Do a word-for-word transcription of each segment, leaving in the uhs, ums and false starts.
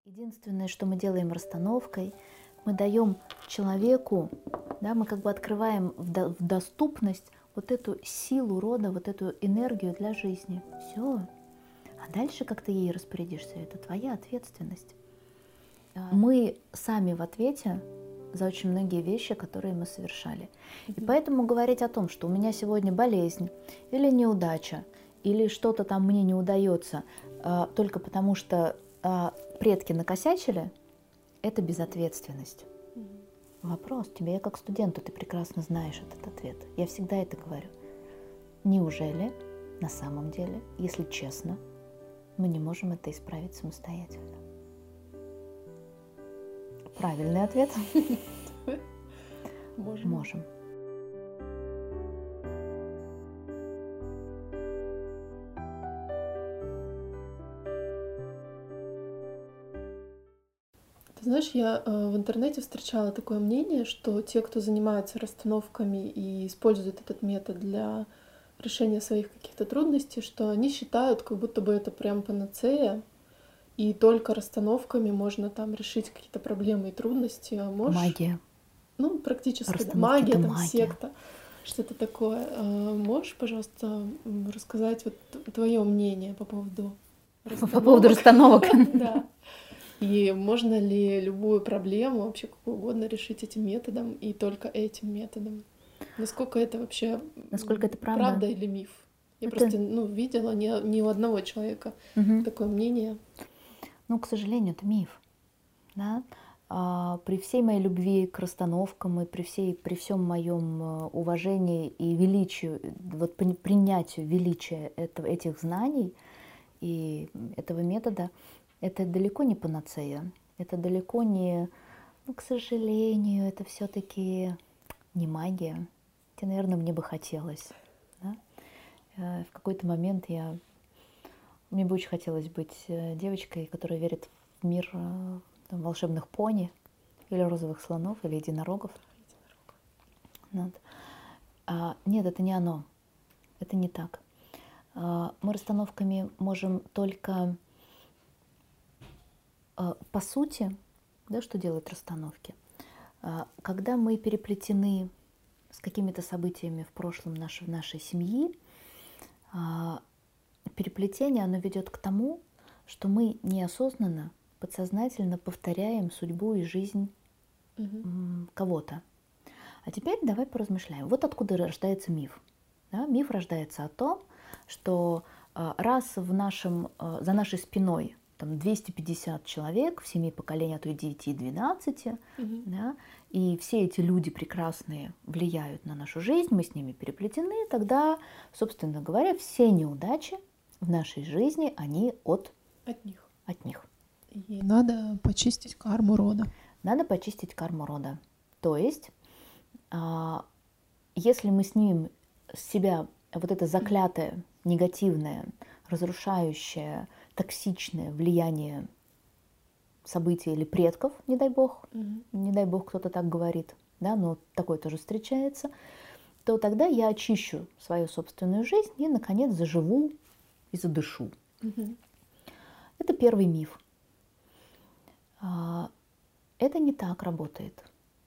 Единственное, что мы делаем расстановкой, мы даем человеку, да, мы как бы открываем в, до, в доступность вот эту силу рода, вот эту энергию для жизни. Все. А дальше, как ты ей распорядишься, это твоя ответственность. Мы сами в ответе за очень многие вещи, которые мы совершали. И поэтому говорить о том, что у меня сегодня болезнь или неудача, или что-то там мне не удается, только потому что предки накосячили, это безответственность. Вопрос тебе, я как студенту, ты прекрасно знаешь этот ответ. Я всегда это говорю. Неужели на самом деле, если честно, мы не можем это исправить самостоятельно? Правильный ответ. Можем. Можем. Ты знаешь, я э, в интернете встречала такое мнение, что те, кто занимается расстановками и использует этот метод для решения своих каких-то трудностей, что они считают, как будто бы это прям панацея, и только расстановками можно там решить какие-то проблемы и трудности. А можешь... Магия. Ну, практически, да. Расстановки — Магия, это там, магия. секта, что-то такое. А можешь, пожалуйста, рассказать вот твое мнение по поводу расстановок? По поводу расстановок. Да. И можно ли любую проблему, вообще какую угодно, решить этим методом и только этим методом? Насколько это вообще Насколько это правда? правда или миф? Я Это... просто ну, видела ни, ни у одного человека угу. такое мнение. Ну, к сожалению, это миф. Да? А, при всей моей любви к расстановкам и при, всей, при всем моем уважении и величию, вот принятию величия этого, этих знаний и этого метода, это далеко не панацея. Это далеко не, ну, к сожалению, это все-таки не магия. Хотя, наверное, мне бы хотелось. Да? В какой-то момент я... Мне бы очень хотелось быть девочкой, которая верит в мир там, волшебных пони, или розовых слонов, или единорогов. Вот. А, нет, это не оно. Это не так. А, мы расстановками можем только... А, по сути, да, что делают расстановки? А, когда мы переплетены с какими-то событиями в прошлом нашей, нашей семьи, а, переплетение, оно ведет к тому, что мы неосознанно, подсознательно повторяем судьбу и жизнь угу. кого-то. А теперь давай поразмышляем. Вот откуда рождается миф. Да? Миф рождается о том, что раз в нашем, за нашей спиной там, двести пятьдесят человек в семи поколениях, а то и девяти, двенадцати, угу. да, и все эти люди прекрасные влияют на нашу жизнь, мы с ними переплетены, тогда, собственно говоря, все неудачи в нашей жизни, они от, от них. От них. И надо почистить карму рода. Надо почистить карму рода. То есть, если мы снимем с себя вот это заклятое, негативное, разрушающее, токсичное влияние событий или предков, не дай бог, mm-hmm. не дай бог кто-то так говорит, да, но такое тоже встречается, то тогда я очищу свою собственную жизнь и, наконец, заживу и задышу. Mm-hmm. Это первый миф. Это не так работает.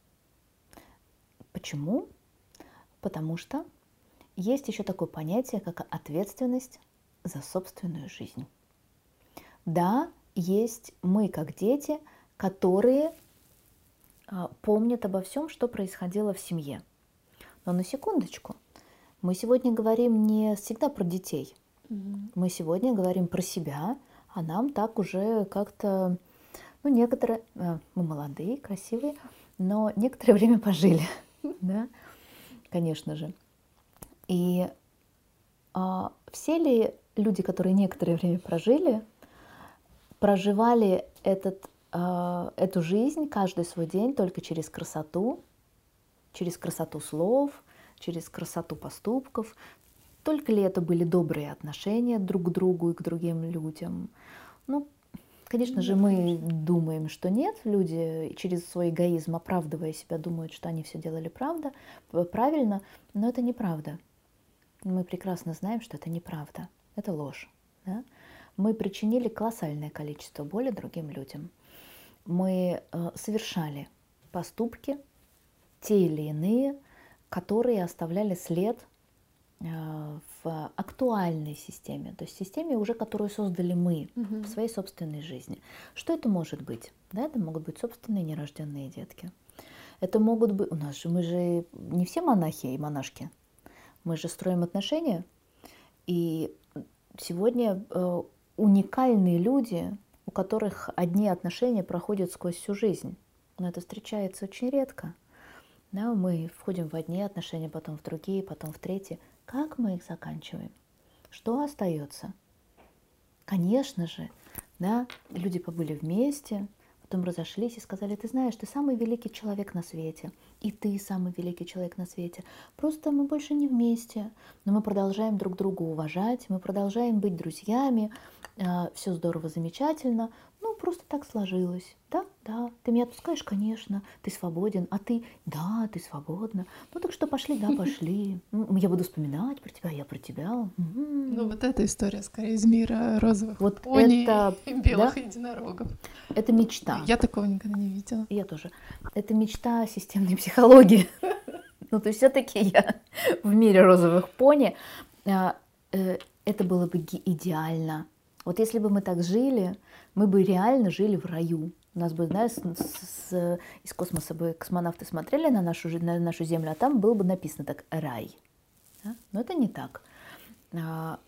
Почему? Потому что есть еще такое понятие, как ответственность за собственную жизнь. Да, есть мы, как дети, которые помнят обо всем, что происходило в семье. Но на секундочку, мы сегодня говорим не всегда про детей. Mm-hmm. Мы сегодня говорим про себя, а нам так уже как-то, ну, некоторые, мы молодые, красивые, но некоторое время пожили, да, конечно же. И а, все ли люди, которые некоторое время прожили, проживали этот, э, эту жизнь, каждый свой день только через красоту, через красоту слов, через красоту поступков? Только ли это были добрые отношения друг к другу и к другим людям? Ну, конечно же, мы думаем, что нет. Люди через свой эгоизм, оправдывая себя, думают, что они все делали правда, правильно, но это неправда. Мы прекрасно знаем, что это неправда, это ложь. Да? мы причинили колоссальное количество боли другим людям. Мы э, совершали поступки, те или иные, которые оставляли след э, в актуальной системе, то есть системе уже, которую создали мы Мгм. в своей собственной жизни. Что это может быть? Да, это могут быть собственные нерожденные детки. Это могут быть... У нас же, мы же не все монахи и монашки. Мы же строим отношения. И сегодня э, уникальные люди, у которых одни отношения проходят сквозь всю жизнь. Но это встречается очень редко. Да, мы входим в одни отношения, потом в другие, потом в третьи. Как мы их заканчиваем? Что остается? Конечно же, да, люди побыли вместе, потом разошлись и сказали: ты знаешь, ты самый великий человек на свете, и ты самый великий человек на свете. Просто мы больше не вместе, но мы продолжаем друг друга уважать, мы продолжаем быть друзьями, все здорово, замечательно, ну просто так сложилось. Да, да, ты меня отпускаешь, конечно, ты свободен, а ты, да, ты свободна. Ну так что пошли, да, пошли. М, Я буду вспоминать про тебя, я про тебя. Мгм. Ну, вот эта история скорее из мира розовых Вот пони это, и белых да, единорогов. это мечта. Я такого никогда не видела. Я тоже. Это мечта системной психологии. Ну, то есть все-таки я в мире розовых пони. а, э, Это было бы ги- идеально. Вот если бы мы так жили, мы бы реально жили в раю. У нас бы, знаешь, с- с- из космоса бы космонавты смотрели на нашу, жи- на нашу Землю, а там было бы написано так «рай». Да? Но это не так. А,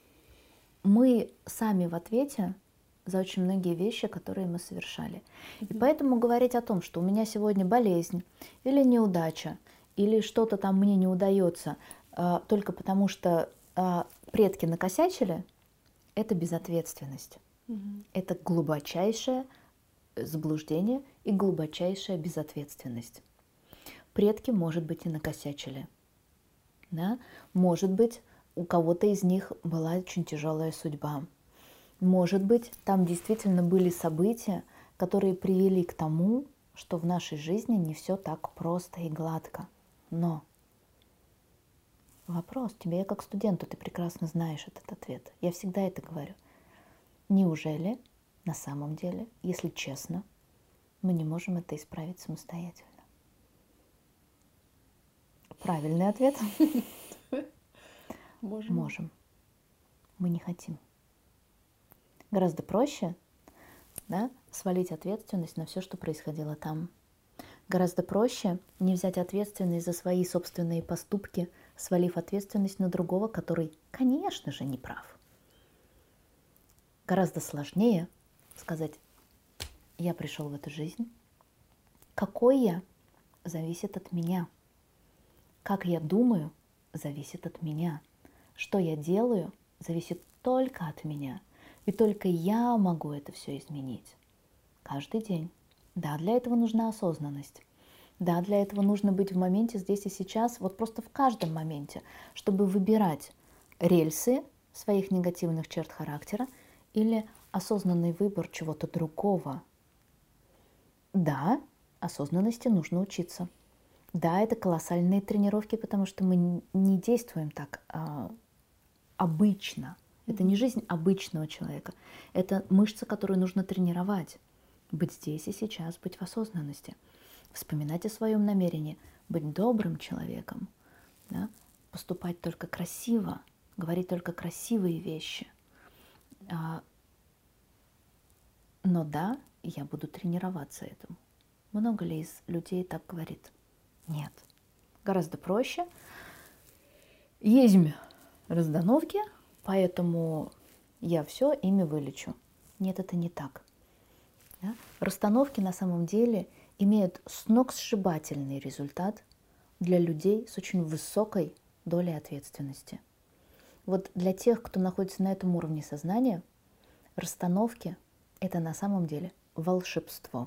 Мы сами в ответе за очень многие вещи, которые мы совершали. И поэтому говорить о том, что у меня сегодня болезнь или неудача, или что-то там мне не удается, а, только потому что а, предки накосячили, это безответственность. Мгм. Это глубочайшее заблуждение и глубочайшая безответственность. Предки, может быть, и накосячили. Да? Может быть, у кого-то из них была очень тяжелая судьба. Может быть, там действительно были события, которые привели к тому, что в нашей жизни не все так просто и гладко. Но вопрос тебе, я как студенту, ты прекрасно знаешь этот ответ. Я всегда это говорю. Неужели на самом деле, если честно, мы не можем это исправить самостоятельно? Правильный ответ. Можем. Можем. Мы не хотим. Гораздо проще, да, свалить ответственность на все, что происходило там. Гораздо проще не взять ответственность за свои собственные поступки, свалив ответственность на другого, который, конечно же, не прав. Гораздо сложнее сказать: я пришел в эту жизнь, какой я зависит от меня, как я думаю зависит от меня, что я делаю зависит только от меня, и только я могу это все изменить каждый день. Да, для этого нужна осознанность. Да, для этого нужно быть в моменте здесь и сейчас, вот просто в каждом моменте, чтобы выбирать рельсы своих негативных черт характера или осознанный выбор чего-то другого. Да, осознанности нужно учиться. Да, это колоссальные тренировки, потому что мы не действуем так а, обычно. Это не жизнь обычного человека. Это мышца, которую нужно тренировать. Быть здесь и сейчас, быть в осознанности. Вспоминать о своем намерении, быть добрым человеком, да? Поступать только красиво, говорить только красивые вещи. А, но да, я буду тренироваться этому. Много ли из людей так говорит? Нет. Гораздо проще. Есть раздановки, поэтому я все ими вылечу. Нет, это не так. Да? Расстановки на самом деле имеют сногсшибательный результат для людей с очень высокой долей ответственности. Вот для тех, кто находится на этом уровне сознания, расстановки – это на самом деле волшебство.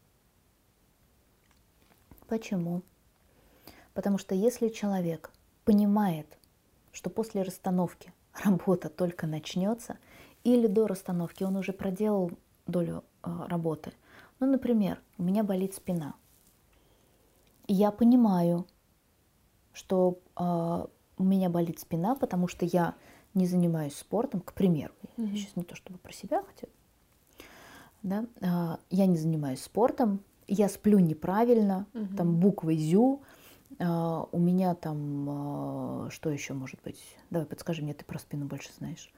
Почему? Потому что если человек понимает, что после расстановки работа только начнется, или до расстановки он уже проделал долю э, работы. Ну, например, у меня болит спина. И я понимаю, что э, у меня болит спина, потому что я не занимаюсь спортом, к примеру, Мгм. я сейчас не то чтобы про себя, хотя, да, а, я не занимаюсь спортом, я сплю неправильно, там Мгм. буквой ЗЮ, а, у меня там, а, что еще может быть? Давай, подскажи мне, ты про спину больше знаешь.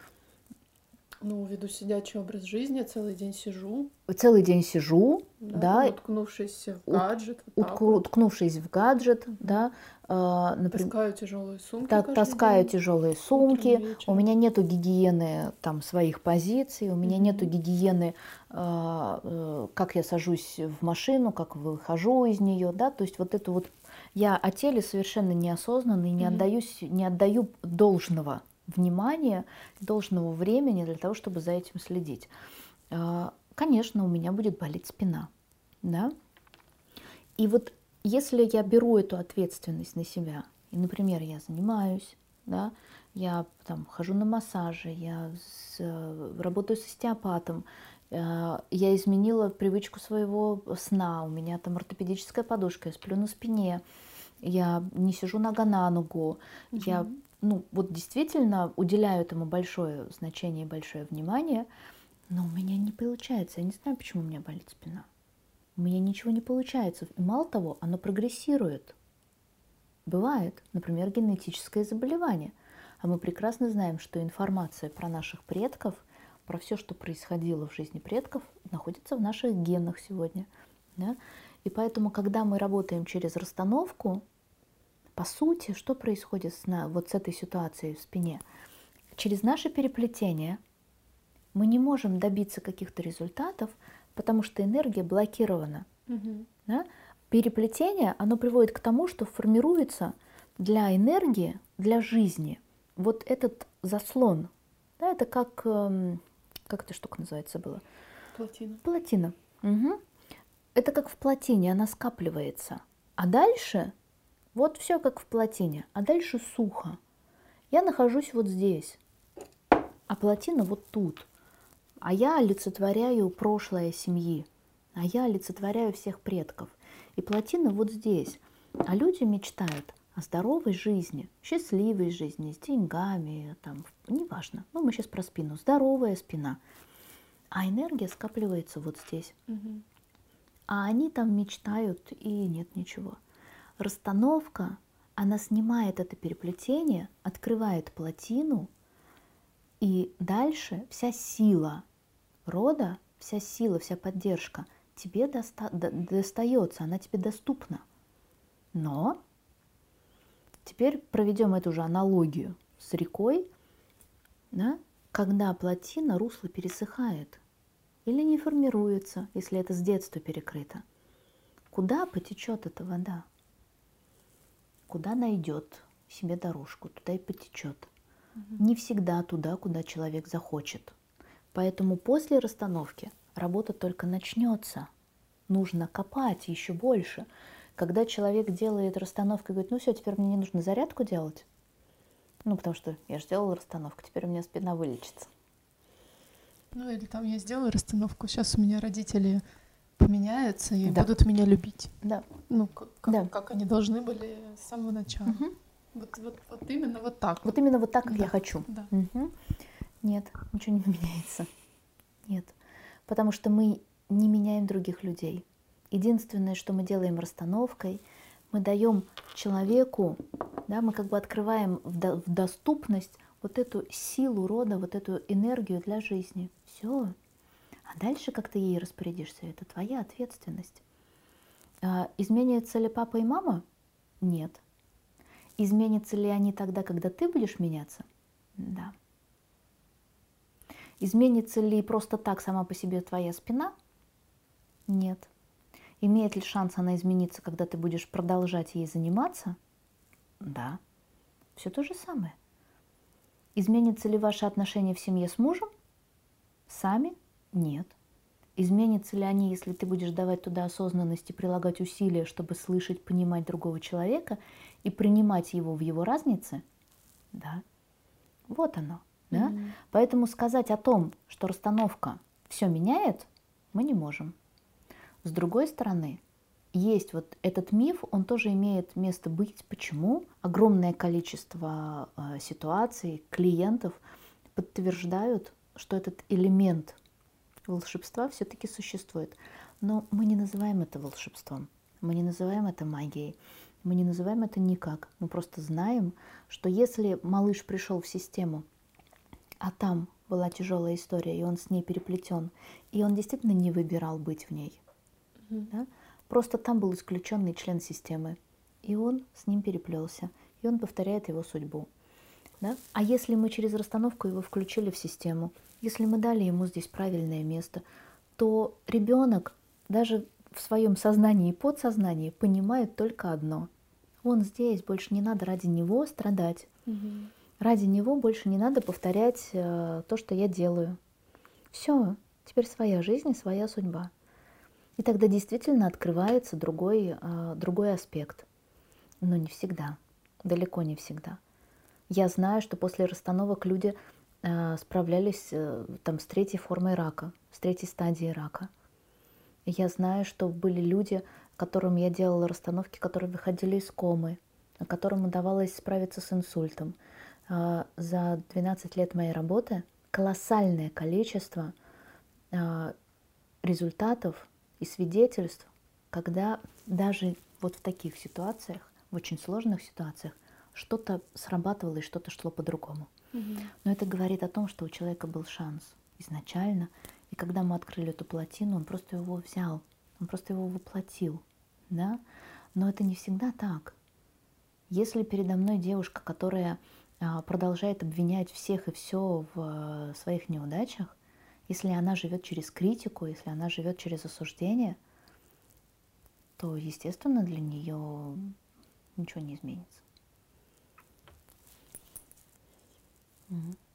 Ну, веду сидячий образ жизни, целый день сижу, Целый день сижу, да, там да, уткнувшись в ут- гаджет, вот так утку- вот. уткнувшись в гаджет, Мгм. да, а, например, Таскаю тяжелые сумки та- каждый таскаю день, тяжелые утром, сумки, у вечером. меня нету гигиены там своих позиций, у меня нету Мгм. гигиены, а, э, как я сажусь в машину, как выхожу из нее, да, то есть вот это вот я о теле совершенно неосознанно и не Мгм. отдаюсь, не отдаю должного внимания, должного времени для того, чтобы за этим следить. А, Конечно, у меня будет болеть спина, да. И вот если я беру эту ответственность на себя, и, например, я занимаюсь, да, я там хожу на массажи, я с- э, работаю с остеопатом, э, я изменила привычку своего сна, у меня там ортопедическая подушка, я сплю на спине, я не сижу нога на ногу, я, Мгм. ну, вот действительно уделяю этому большое значение и большое внимание, но у меня не получается, я не знаю, почему у меня болит спина. У меня ничего не получается. И мало того, оно прогрессирует. Бывает, например, генетическое заболевание. А мы прекрасно знаем, что информация про наших предков, про все, что происходило в жизни предков, находится в наших генах сегодня. Да? И поэтому, когда мы работаем через расстановку, по сути, что происходит с, на, вот с этой ситуацией в спине? Через наше переплетение мы не можем добиться каких-то результатов, потому что энергия блокирована. Мгм. Да? Переплетение, оно приводит к тому, что формируется для энергии, для жизни вот этот заслон. Да, это как, эм, как эта штука называется была? Плотина. Плотина. Мгм. Это как в плотине, она скапливается. А дальше, вот все как в плотине, а дальше сухо. Я нахожусь вот здесь, а плотина вот тут. А я олицетворяю прошлое семьи, а я олицетворяю всех предков. И плотина вот здесь. А люди мечтают о здоровой жизни, счастливой жизни, с деньгами, там, неважно. Ну, мы сейчас про спину. Здоровая спина. А энергия скапливается вот здесь. Мгм. А они там мечтают, и нет ничего. Расстановка, она снимает это переплетение, открывает плотину, и дальше вся сила рода, вся сила, вся поддержка тебе доста- до- достается, она тебе доступна. Но теперь проведем эту же аналогию с рекой, да, когда плотина, русло пересыхает или не формируется, если это с детства перекрыто. Куда потечет эта вода? Куда найдет себе дорожку, туда и потечет. Не всегда туда, куда человек захочет. Поэтому после расстановки работа только начнется. Нужно копать еще больше. Когда человек делает расстановку и говорит, ну все, теперь мне не нужно зарядку делать, ну потому что я же делала расстановку, теперь у меня спина вылечится. Ну или там я сделаю расстановку, сейчас у меня родители поменяются и Да. будут меня любить. Да. Ну, как, как, Да. как они должны были с самого начала. Мгм. Вот, вот, вот именно вот так. Вот именно вот так, как Да. я хочу. Да. Мгм. Нет, ничего не меняется. Нет. Потому что мы не меняем других людей. Единственное, что мы делаем расстановкой, мы даем человеку, да, мы как бы открываем в, до- в доступность вот эту силу рода, вот эту энергию для жизни. Все. А дальше, как ты ей распорядишься, это твоя ответственность. А, изменятся ли папа и мама? Нет. Изменятся ли они тогда, когда ты будешь меняться? Да. Изменится ли просто так сама по себе твоя спина? Нет. Имеет ли шанс она измениться, когда ты будешь продолжать ей заниматься? Да. Все то же самое. Изменится ли ваше отношение в семье с мужем? Сами? Нет. Изменятся ли они, если ты будешь давать туда осознанность и прилагать усилия, чтобы слышать, понимать другого человека и принимать его в его разнице? Да. Вот оно. Да? Мгм. Поэтому сказать о том, что расстановка все меняет, мы не можем. С другой стороны, есть вот этот миф, он тоже имеет место быть. Почему? Огромное количество э, ситуаций, клиентов подтверждают, что этот элемент волшебства все-таки существует. Но мы не называем это волшебством, мы не называем это магией, мы не называем это никак. Мы просто знаем, что если малыш пришел в систему, а там была тяжелая история, и он с ней переплетен, и он действительно не выбирал быть в ней, Мгм. да? Просто там был исключенный член системы, и он с ним переплелся, и он повторяет его судьбу. Да? А если мы через расстановку его включили в систему, если мы дали ему здесь правильное место, то ребенок даже в своем сознании и подсознании понимает только одно. Он здесь, больше не надо ради него страдать. Мгм. Ради него больше не надо повторять э, то, что я делаю. Все, теперь своя жизнь и своя судьба. И тогда действительно открывается другой, э, другой аспект. Но не всегда, далеко не всегда. Я знаю, что после расстановок люди э, справлялись э, там, с третьей формой рака, с третьей стадией рака. И я знаю, что были люди, которым я делала расстановки, которые выходили из комы, которым удавалось справиться с инсультом. Э, за двенадцать лет моей работы колоссальное количество э, результатов и свидетельств, когда даже вот в таких ситуациях, в очень сложных ситуациях, что-то срабатывало и что-то шло по-другому. Мгм. Но это говорит о том, что у человека был шанс изначально, и когда мы открыли эту плотину, он просто его взял, он просто его воплотил. Да? Но это не всегда так. Если передо мной девушка, которая а, продолжает обвинять всех и все в а, своих неудачах, если она живет через критику, если она живет через осуждение, то, естественно, для нее ничего не изменится. Мгм.